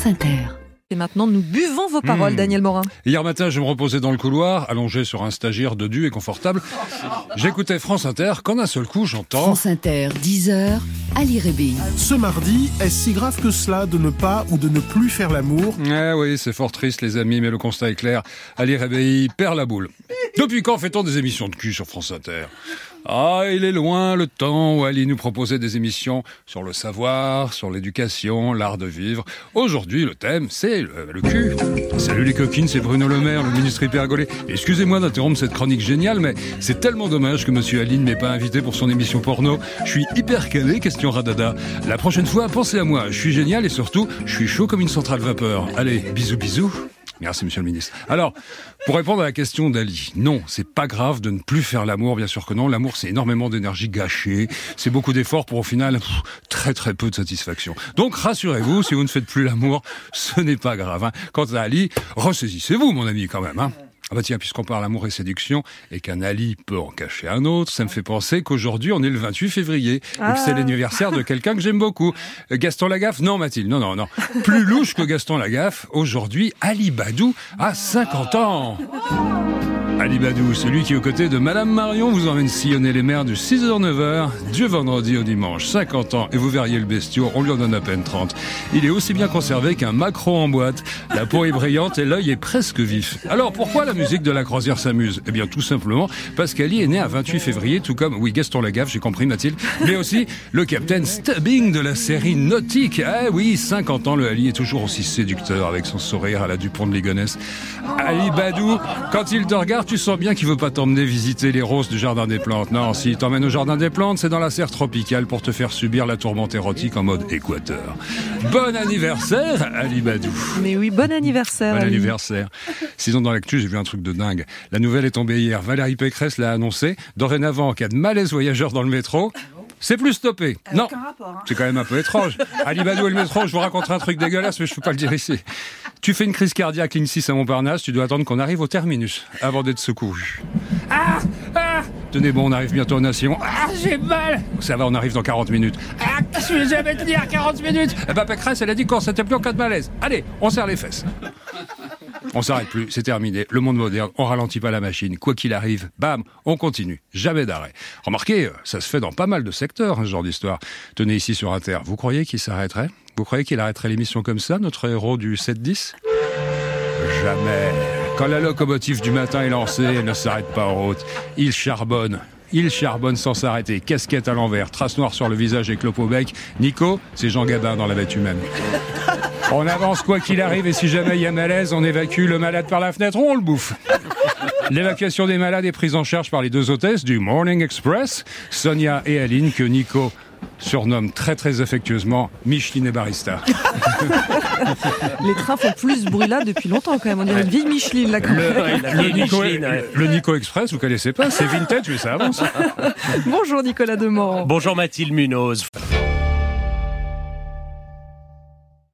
France Inter. Et maintenant, nous buvons vos paroles, Daniel Morin. Hier matin, je me reposais dans le couloir, allongé sur un stagiaire dodu et confortable. J'écoutais France Inter, quand d'un seul coup, j'entends... France Inter, 10h, Ali Rébéi. Ce mardi, est-ce si grave que cela de ne pas ou de ne plus faire l'amour ? Eh oui, c'est fort triste, les amis, mais le constat est clair. Ali Rébéi perd la boule. Depuis quand fait-on des émissions de cul sur France Inter ? Ah, il est loin le temps où Ali nous proposait des émissions sur le savoir, sur l'éducation, l'art de vivre. Aujourd'hui, le thème, c'est le cul. Salut les coquines, c'est Bruno Le Maire, le ministre hypergolé. Excusez-moi d'interrompre cette chronique géniale, mais c'est tellement dommage que monsieur Ali ne m'ait pas invité pour son émission porno. Je suis hyper calé, question radada. La prochaine fois, pensez à moi. Je suis génial et surtout, je suis chaud comme une centrale vapeur. Allez, bisous bisous. Merci, monsieur le ministre. Alors, pour répondre à la question d'Ali, non, c'est pas grave de ne plus faire l'amour, bien sûr que non. L'amour, c'est énormément d'énergie gâchée. C'est beaucoup d'efforts pour, au final, très très peu de satisfaction. Donc, rassurez-vous, si vous ne faites plus l'amour, ce n'est pas grave. Hein. Quant à Ali, ressaisissez-vous, mon ami, quand même. Hein. Ah bah tiens, puisqu'on parle amour et séduction, et qu'un Ali peut en cacher un autre, ça me fait penser qu'aujourd'hui, on est le 28 février, et que c'est l'anniversaire de quelqu'un que j'aime beaucoup. Gaston Lagaffe ? Non, Mathilde, non. Plus louche que Gaston Lagaffe, aujourd'hui, Ali Badou a 50 ans. Ali Badou, celui qui, aux côtés de Madame Marion, vous emmène sillonner les mers du 6h-9h, du vendredi au dimanche. 50 ans, et vous verriez le bestiau, on lui en donne à peine 30. Il est aussi bien conservé qu'un maquereau en boîte. La peau est brillante et l'œil est presque vif. Alors, pourquoi la musique de la croisière s'amuse ? Eh bien, tout simplement, parce qu'Ali est né un 28 février, tout comme, oui, Gaston Lagaffe, j'ai compris, Mathilde, mais aussi le Captain Stubbing de la série Nautique. Eh oui, 50 ans, le Ali est toujours aussi séducteur, avec son sourire à la Dupont de Ligonnès. Ali Badou, quand il te regarde, tu sens bien qu'il veut pas t'emmener visiter les roses du Jardin des Plantes. Non, s'il t'emmène au Jardin des Plantes, c'est dans la serre tropicale pour te faire subir la tourmente érotique en mode équateur. Bon anniversaire, Ali Badou. Mais oui, bon anniversaire. Bon Ali. anniversaire. Sinon, dans l'actu, j'ai vu un truc de dingue. La nouvelle est tombée hier. Valérie Pécresse l'a annoncé. Dorénavant, en cas de malaise voyageur dans le métro, c'est plus stoppé. Non, c'est quand même un peu étrange. Ali Badou et le métro, je vous raconterai un truc dégueulasse, mais je peux pas le dire ici. Tu fais une crise cardiaque ligne 6 à Montparnasse, tu dois attendre qu'on arrive au terminus avant d'être secouru. Tenez bon, on arrive bientôt aux Nations. J'ai mal. Ça va, on arrive dans 40 minutes. Je vais jamais tenir 40 minutes. Eh ben, Pécresse, elle a dit qu'on s'était plus en cas de malaise. Allez, on serre les fesses. On s'arrête plus, c'est terminé. Le monde moderne, on ralentit pas la machine. Quoi qu'il arrive, bam, on continue. Jamais d'arrêt. Remarquez, ça se fait dans pas mal de secteurs, ce genre d'histoire. Tenez ici sur Inter. Vous croyez qu'il s'arrêterait ? Vous croyez qu'il arrêterait l'émission comme ça, notre héros du 7-10 ? Jamais. Quand la locomotive du matin est lancée, elle ne s'arrête pas en route. Il charbonne sans s'arrêter. Casquette à l'envers, trace noire sur le visage et clope au bec. Nico, c'est Jean Gabin dans La Bête humaine. On avance quoi qu'il arrive et si jamais il y a malaise, on évacue le malade par la fenêtre ou on le bouffe. L'évacuation des malades est prise en charge par les deux hôtesses du Morning Express, Sonia et Aline, que Nico surnomme très très affectueusement Micheline et Barista. Les trains font plus ce bruit-là depuis longtemps quand même. On dirait une vieille Micheline là. Le Nico Express, vous connaissez pas, c'est vintage mais ça avance. Bonjour Nicolas Demorand. Bonjour Mathilde Munoz.